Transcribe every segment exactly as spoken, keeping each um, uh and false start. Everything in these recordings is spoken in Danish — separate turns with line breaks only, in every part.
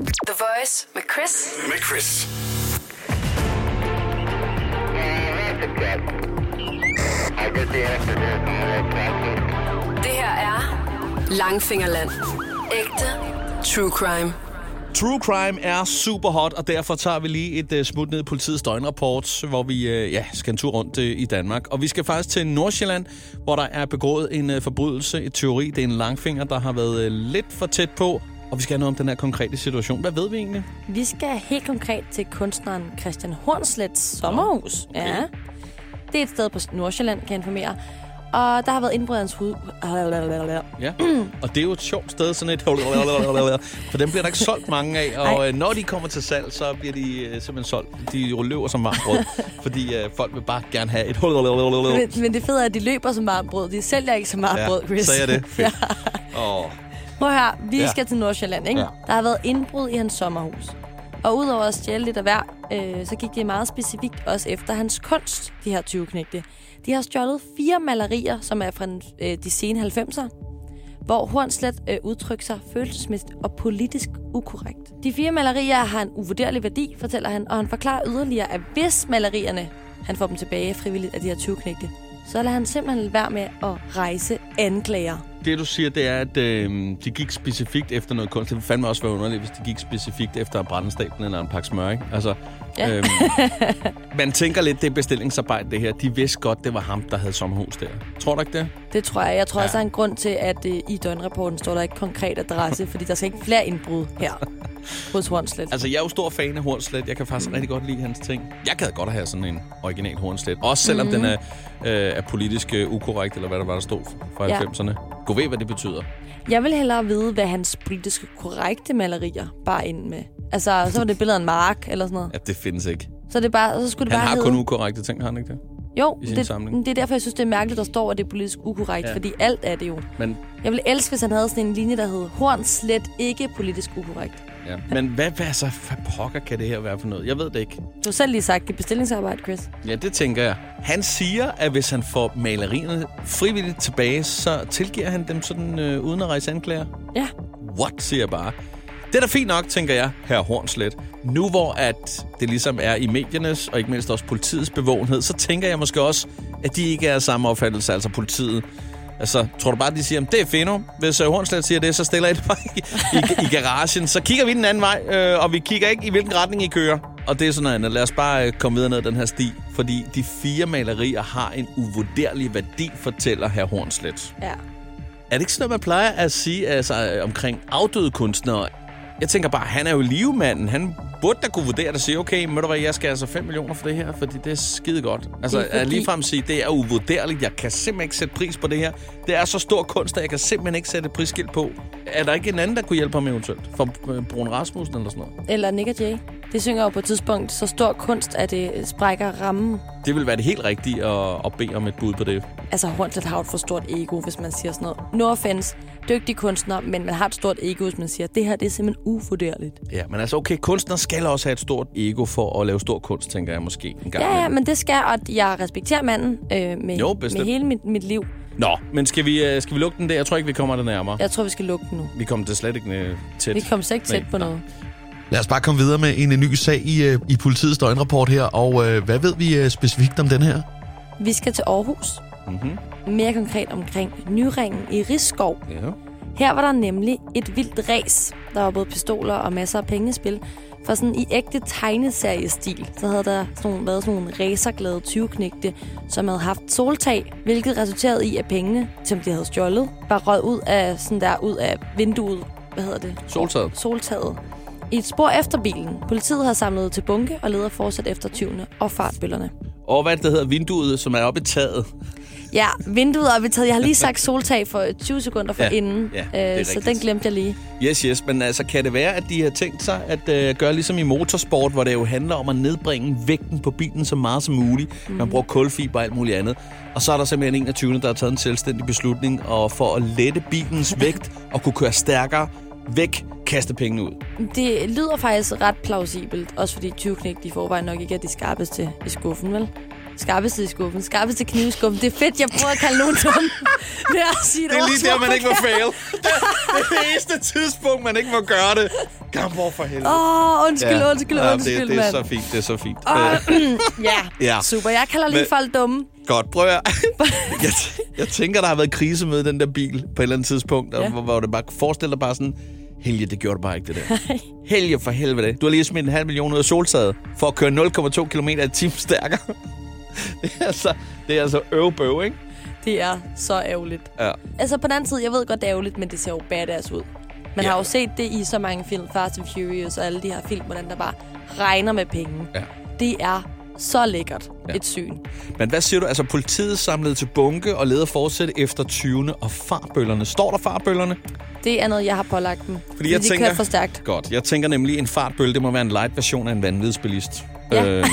The Voice med Chris.
Med Chris.
Det her er Langfingerland. Ægte true crime.
True crime er super hot, og derfor tager vi lige et uh, smut ned i politiets døgnrapport, hvor vi uh, ja, skal en tur rundt uh, i Danmark. Og vi skal faktisk til Nordsjælland, hvor der er begået en uh, forbrydelse, et tyveri. Det er en langfinger, der har været uh, lidt for tæt på. Og vi skal have noget om den her konkrete situation. Hvad ved vi egentlig?
Vi skal helt konkret til kunstneren Christian Hornsleths sommerhus. Okay. Ja. Det er et sted på Nordsjælland, kan jeg informere. Og der har været indbrud af hans hud.
Ja, og det er jo et sjovt sted, sådan et... For dem bliver der ikke solgt mange af, og Ej. når de kommer til salg, så bliver de simpelthen solgt. De løber som varmt brød, fordi uh, folk vil bare gerne have et...
Men, men det fede er, at de løber som varmt brød. De sælger ikke så meget
ja,
brød, Chris.
Så er det. Ja. Oh.
Prøv her, vi ja. skal til Nordsjælland, ikke?
Ja.
Der har været indbrud i hans sommerhus. Og udover at stjæle lidt af hver, øh, så gik det meget specifikt også efter hans kunst, de her tyveknægte. De har stjålet fire malerier, som er fra øh, de sene halvfemser, hvor Hornsleth øh, udtrykker sig følelsesmæssigt og politisk ukorrekt. De fire malerier har en uvurderlig værdi, fortæller han, og han forklarer yderligere, at hvis malerierne, han får dem tilbage frivilligt af de her tyveknægte, så lader han simpelthen være med at rejse anklager.
Det, du siger, det er, at øh, de gik specifikt efter noget kunst. Det ville fandme også være underligt, hvis de gik specifikt efter at brænde stablen eller en pakke smør, ikke? Altså, ja. øhm, man tænker lidt, det er bestillingsarbejde, det her. De vidste godt, det var ham, der havde sommerhus der. Tror du ikke det?
Det tror jeg. Jeg tror ja. også, der er en grund til, at øh, i døgnrapporten står der ikke konkret adresse, fordi der skal ikke flere indbrud her hos Hornsleth.
Altså, jeg er jo stor fan af Hornsleth. Jeg kan faktisk mm. rigtig godt lide hans ting. Jeg gad godt at have sådan en original Hornsleth. Også selvom mm. den er, øh, er politisk øh, ukorrekt, eller hvad der var, der stod fra ja. halvfemserne. Gå ved, hvad det betyder. Jeg
vil hellere vide, hvad hans politisk korrekte malerier bare ind med. Altså, så var det billedet af en mark, eller sådan noget.
Ja, det findes ikke.
Så, det bare, så skulle det
han
bare
har
hedde...
kun ukorrekte ting, har han ikke det?
Jo, det, det er derfor, jeg synes, det er mærkeligt, der står, at det er politisk ukorrekt, ja. fordi alt er det jo. Men... Jeg ville elske, hvis han havde sådan en linje, der hed Hornsleth ikke politisk ukorrekt.
Ja. Men hvad, hvad så hvad pokker kan det her være for noget? Jeg ved det ikke.
Du har selv lige sagt, det er bestillingsarbejde, Chris.
Ja, det tænker jeg. Han siger, at hvis han får malerierne frivilligt tilbage, så tilgiver han dem sådan øh, uden at rejse anklager.
Ja.
What, siger jeg bare. Det er da fint nok, tænker jeg, herr Hornsleth. Nu hvor at det ligesom er i mediernes, og ikke mindst også politiets bevågenhed, så tænker jeg måske også, at de ikke er samme opfattelse, altså politiet. Altså, tror du bare, at de siger, det er fino. Hvis uh, Hornsleth siger det, så stiller jeg det bare i, i, i garagen. Så kigger vi den anden vej, øh, og vi kigger ikke i hvilken retning I kører. Og det er sådan noget andet. Lad os bare øh, komme videre ned ad den her sti. Fordi de fire malerier har en uvurderlig værdi, fortæller herr Hornsleth.
Ja.
Er det ikke sådan noget, man plejer at sige altså, omkring afdøde kunstnere? Jeg tænker bare, han er jo livmanden. Han burde da kunne vurdere det og sige, okay, må du hvad, jeg skal altså fem millioner for det her, fordi det er skide godt. Altså, det er fordi... ligefrem sige, det er uvurderligt. Jeg kan simpelthen ikke sætte pris på det her. Det er så stor kunst, at jeg kan simpelthen ikke sætte et prisskilt på. Er der ikke en anden, der kunne hjælpe ham eventuelt? For Brun Rasmussen eller sådan noget?
Eller Nick og Jay. Det synger jo på et tidspunkt så stor kunst, at det sprækker rammen.
Det vil være det helt rigtige at, at bede om et bud på det.
Altså, Hornsleth har et for stort ego, hvis man siger sådan noget. No offense, dygtig kunstner, men man har et stort ego, hvis man siger, det her det er simpelthen uvurderligt.
Ja, men altså, okay, kunstner skal også have et stort ego for at lave stor kunst, tænker jeg måske en gang.
Ja, ja, men det skal, og jeg respekterer manden øh, med, jo, med hele mit, mit liv.
Nå, men skal vi, skal vi lukke den der? Jeg tror ikke, vi kommer det nærmere.
Jeg tror, vi skal lukke den nu.
Vi kommer til slet ikke tæt.
Vi kommer slet ikke tæt på noget.
Lad os bare komme videre med en ny sag i, i politiets døgnrapport her. Og øh, hvad ved vi øh, specifikt om den her?
Vi skal til Aarhus.
Mm-hmm.
Mere konkret omkring Nyringen i Risskov.
Ja.
Her var der nemlig et vildt ræs. Der var både pistoler og masser af pengespil. For sådan i ægte tegneseriestil, så havde der sådan nogle, været sådan nogle racerglade tyveknægte, som havde haft soltag, hvilket resulterede i, at pengene, som de havde stjålet, var røget ud af, sådan der, ud af vinduet. Hvad hedder det?
Soltaget.
Soltaget. I et spor efter bilen. Politiet har samlet til bunke og leder fortsat efter tyvene og fartbøllerne.
Og hvad det hedder vinduet, som er oppe i taget?
Ja, vinduet er oppe i taget. Jeg har lige sagt soltag for tyve sekunder for
ja,
inden,
ja,
øh, så den glemte jeg lige.
Yes, yes, men altså kan det være, at de har tænkt sig at øh, gøre ligesom i motorsport, hvor det jo handler om at nedbringe vægten på bilen så meget som muligt. Mm. Man bruger kulfiber og alt muligt andet. Og så er der simpelthen enogtyvende, der har taget en selvstændig beslutning og for at lette bilens vægt og kunne køre stærkere væk, kaste pengene ud.
Det lyder faktisk ret plausibelt, også fordi tyveknægte i forvejen nok ikke er de skarpeste i skuffen, vel? Skarpeste i skuffen, skarpeste kniv i skuffen. Det er fedt, jeg prøver at kalde nogen dumme. Det er, at sige
Det er lige der, man ikke må fail. Det, det er det eneste tidspunkt, man ikke må gøre det. Gamborg for helvede.
Åh, oh, undskyld,
Ja.
undskyld,
Ja,
undskyld,
det, det er
mand.
så fint, det er så fint.
Oh, ja.
Ja.
Super. Jeg kalder lige
Men-
folk dumme.
Godt, prøv at jeg, jeg tænker, der har været krise med den der bil på et eller andet tidspunkt,
Ja.
ja. hvor, hvor det bare forestil dig bare sådan, Helge, det gjorde du bare ikke, det der. Helge, for helvede. Du har lige smidt en halv million ud af soltaget for at køre nul komma to kilometer i timen stærkere. Det er altså, det er altså øvbøv, ikke?
Det er så ærgerligt.
Ja.
Altså på den anden side, jeg ved godt, det er ærgerligt, men det ser jo badass ud. Man
Ja.
har jo set det i så mange film, Fast and Furious og alle de her film, hvordan der bare regner med penge.
Ja.
Det er så lækkert
Ja.
et syn.
Men hvad siger du? Altså, politiet samlede til bunke og leder fortsætte efter tyvene og fartbøllerne. Står der fartbøllerne?
Det er noget, jeg har pålagt dem. Fordi
jeg
de
tænker-
kører for stærkt.
Godt. Jeg tænker nemlig, en fartbølle, det må være en light version af en vanvidsbilist.
Ja.
Øhm,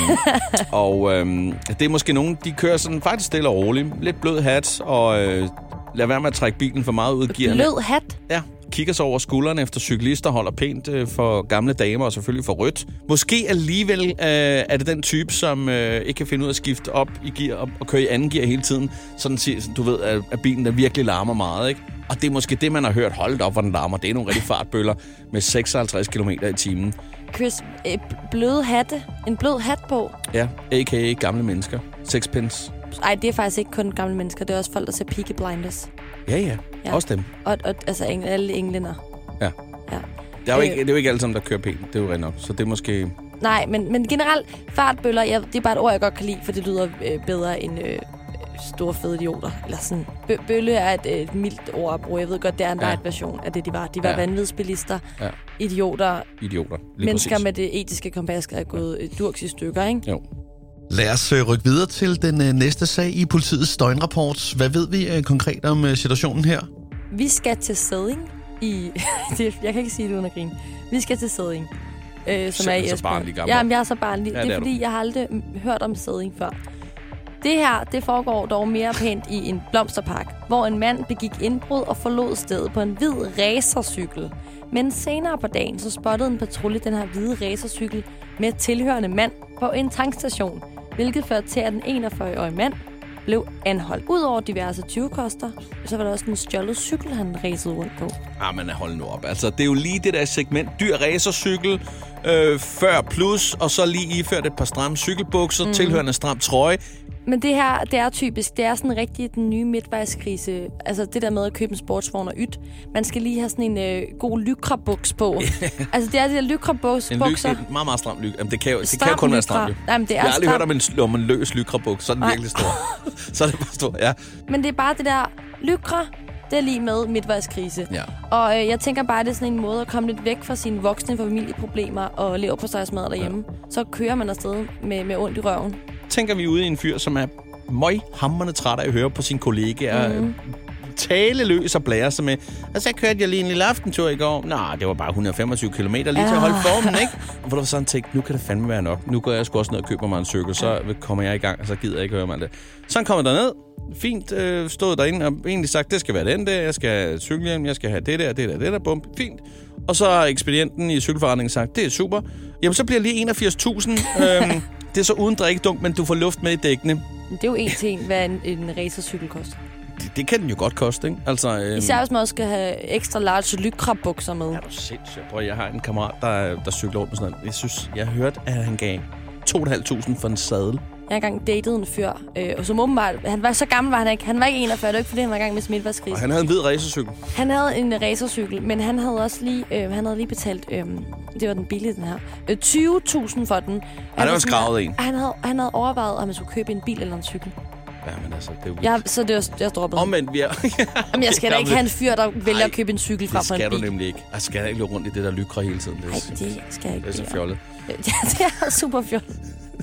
og øhm, det er måske nogen, de kører sådan faktisk stille og roligt. Lidt blød hat, og øh, lad være med at trække bilen for meget ud af gearne.
Blød hat.
Ja, kigger sig over skuldrene efter cyklister, holder pænt øh, for gamle damer og selvfølgelig for rødt. Måske alligevel øh, er det den type, som øh, ikke kan finde ud af at skifte op i gear og, og køre i anden gear hele tiden. Sådan siger du ved, at, at bilen der virkelig larmer meget, ikke? Og det er måske det, man har hørt. Hold op, hvor den larmer. Det er nogle rigtig fartbøller med seksoghalvtreds kilometer i timen.
Chris, øh, bløde hatte. En blød hat på.
Ja, a k a gamle mennesker. Sexpence.
Ej, det er faktisk ikke kun gamle mennesker. Det er også folk, der ser Peaky Blinders.
Ja, ja,
Ja.
også dem.
Og, og altså eng- alle englænder.
Ja.
Ja.
Det er jo
Øh.
ikke, det er jo ikke alle sammen, der kører pænt. Det er jo rent nok. Så det er måske...
Nej, men, men generelt, fartbøller, ja, det er bare et ord, jeg godt kan lide, for det lyder øh, bedre end øh, store fede idioter. Eller sådan. Bø- bølle er et, et mildt ord at bruge. Jeg ved godt, det er en
Ja.
light version af det, de var. De var
Ja.
ja. vanvidsbilister,
Ja.
idioter,
Idioter. Lige
mennesker
præcis.
med det etiske kompas, der er gået øh, durks i stykker, ikke?
Jo.
Lad os øh, rykke videre til den øh, næste sag i politiets døgnrapport. Hvad ved vi øh, konkret om øh, situationen her?
Vi skal til Sædding i... det, jeg kan ikke sige det uden at grine. Vi skal til Sædding, øh, som er i
Simpelthen så
Esbjerg.
barnlig, Gamborg.
Jamen, jeg er så barnlig.
Ja,
Ja,
det
det
er
er
du.
fordi, jeg har aldrig mm, hørt om Sædding før. Det her, det foregår dog mere pænt i en blomsterpark, hvor en mand begik indbrud og forlod stedet på en hvid racercykel. Men senere på dagen, så spottede en patrulje den her hvide racercykel med tilhørende mand på en tankstation, hvilket førte til, at den enogfyrre-årige mand blev anholdt. Udover diverse tyvekoster, så var der også en stjålet cykel, han racede rundt på.
Ah, men hold nu op. Altså, det er jo lige det der segment. Dyr racercykel, øh, før plus, og så lige iført et par stramme cykelbukser, mm. tilhørende stram trøje.
Men det her, det er typisk. Det er sådan rigtig den nye midtvejskrise. Altså det der med at købe en sportsvogn og ydt. Man skal lige have sådan en øh, god lykrabuks på. Altså det er de der lykrabukser.
En, lyk, en meget, meget stram lyk. Jamen, det kan jo, det
Stram
kan jo kun være
lykra.
stram lyk.
Jamen, det er
Jeg har aldrig
stram.
hørt om en, om en løs lykrabuks. Så er den
Nej.
virkelig stor. Så er det bare stor, ja.
Men det er bare det der lykra, det er lige med midtvejskrise.
Ja.
Og øh, jeg tænker bare, det er sådan en måde at komme lidt væk fra sine voksne familieproblemer og leve på stegsmad derhjemme. Ja. Så kører man afsted med, med ondt i røven.
Tænker vi ude i en fyr, som er møghamrende træt af at høre på sine kollegaer.
Mhm.
Tale løs og blære sig med. Og så kørte jeg lige en lille aftentur i går. Nå, det var bare et hundrede og femogtyve kilometer lige til at holde
Ah.
formen, ikke? Og hvor du sådan tænkte, nu kan det fandme være nok. Nu går jeg sgu også ned og køber mig en cykel, så kommer jeg i gang, og så gider jeg ikke høre mig alt det. Så kommer der ned, fint øh, stod derinde, og egentlig sagt, det skal være den der, jeg skal have cykelhjelm, jeg skal have det der, det der, det der, bum, fint. Og så har ekspedienten i cykelforretningen sagt, det er super. Jamen, så bliver det lige enogfirs tusind. øhm, det er så uden drikkedunk, men du får luft med i dækkene.
Men det er jo en til en, hvad en, en racercykel koster.
Det, det kan den jo godt koste, ikke? Altså, øhm,
Især hvis man også skal have ekstra large lykrabukser med.
er du sindssygt? Prøv, jeg har en kammerat, der, der cykler rundt med sådan noget. Jeg synes, jeg har hørt, at han gav to tusind fem hundrede for en sadel.
Jeg har engang datet en fyr, øh, og som åbenbart... Han var så gammel, var han ikke. Han var ikke enogfyrre, det var ikke, fordi han var i gang med smitteværdskrise.
Og han havde en hvid racercykel.
Han havde en racercykel, men han havde også lige, øh, han havde lige betalt... Øh, det var den billige, den her. Øh, tyve tusind for den.
Han
var
var
sådan
skravet
her-
en.
Han havde, han havde overvejet, om man skulle købe en bil eller en cykel.
Ja, men altså, det er jo vildt.
Jeg, så det var, jeg droppede ham.
Omvendt, vi er...
Jamen, jeg skal da ikke have en fyr, der vælger
Ej,
at købe en cykel frem
Det
for en
skal
bil.
du nemlig ikke. Jeg skal da ikke løbe rundt i det der lykra hele tiden. Det er,
Nej,
simpelthen-
det skal jeg ikke.
det er så fjollet.
Ja, det er super fjollet.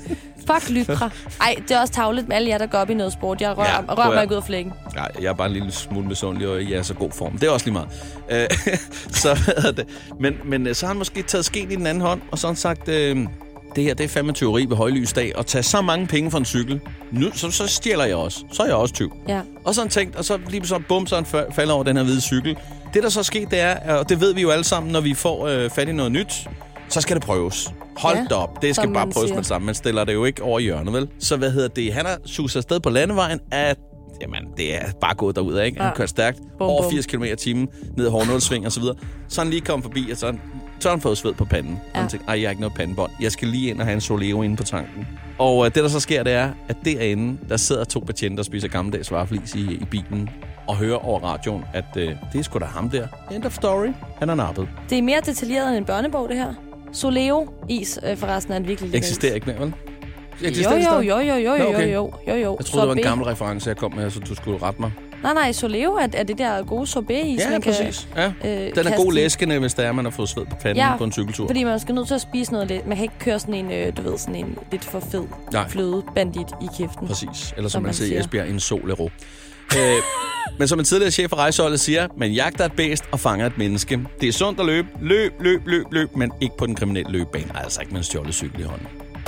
Fuck lykra. Ej, det er også tavligt med alle jer, der går op i noget sport. Jeg rører,
Ja,
ja,
prøv
rører mig
at-
ikke ud af flækken.
Nej, jeg er bare en lille smule misundelig, og I er så god form. Det er også lige meget. Øh, så hvad hedder det? Men, men øh, så har han måske taget skeen i den anden hånd, og så har han sagt, øh, det her det er fandme tyveri ved højlysdag, og tage så mange penge for en cykel. Nu, så, så stjæler jeg også. Så er jeg også tyv.
Ja.
Og så har han tænkt, og så lige så bum, så han fa- falder over den her hvide cykel. Det, der så er sket, det er, og det ved vi jo alle sammen, når vi får øh, fat i noget nyt, så skal det prøves. Hold
Ja,
da op. Det skal
som
bare
man
prøves
siger.
med det samme. Man stiller det jo ikke over i hjørnet, vel? Så hvad hedder det? Han har suset afsted på landevejen, at jamen, det er bare gået derud, ikke? Han
Ja.
kører stærkt.
Bum,
Over
bum.
firs kilometer i timen, ned ad Hornålsving og så videre. Så er han lige kommet forbi, og så, så har han fået sved på panden. Ja.
Ja.
Han tænker, ej, jeg har ikke noget pandebånd. Jeg skal lige ind og have en Soleo inde på tanken. Og øh, det, der så sker, det er, at derinde, der sidder to betjente, der spiser gammeldags vareflis i, i bilen, og hører over radioen, at øh, det er sgu da ham der. End of story. Han er nappet.
Det er mere detaljeret end en børnebog, det her. Soleo is øh, forresten er en virkelig lille
Eksisterer ikke mere, vel?
Jo,
Eksisterer det
jo,
stadig?
jo, jo, jo,
Nå,
jo,
okay.
jo, jo, jo.
Jeg troede, det var en
Sorbet.
gammel reference, jeg kom med, så du skulle rette mig.
Nej, nej, Soleo er, er det der gode sorbet-is,
Ja,
man
præcis.
kan
Ja.
øh,
Den er
kaste
god
i.
læskende, hvis der er, man har fået sved på panden
Ja,
på en cykeltur.
Fordi man skal nødt til at spise noget lidt. Man kan ikke køre sådan en, øh, du ved, sådan en lidt for fed
Nej.
flødebandit i kæften.
Præcis. Eller som,
Som
man
man
siger i
siger.
Esbjerg, en solero. øh, men som en tidligere chef for rejseholdet siger, man jagter et bæst og fanger et menneske. Det er sundt at løbe. Løb, løb, løb, løb, men ikke på den kriminelle løbebane. Altså ikke med en stjålet cykel i hånden.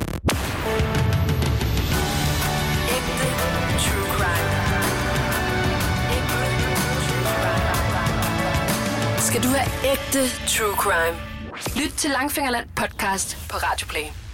Ægte true crime. Ægte true crime. Skal du have ægte true crime? Lyt til Langfingerland podcast på Radio Play.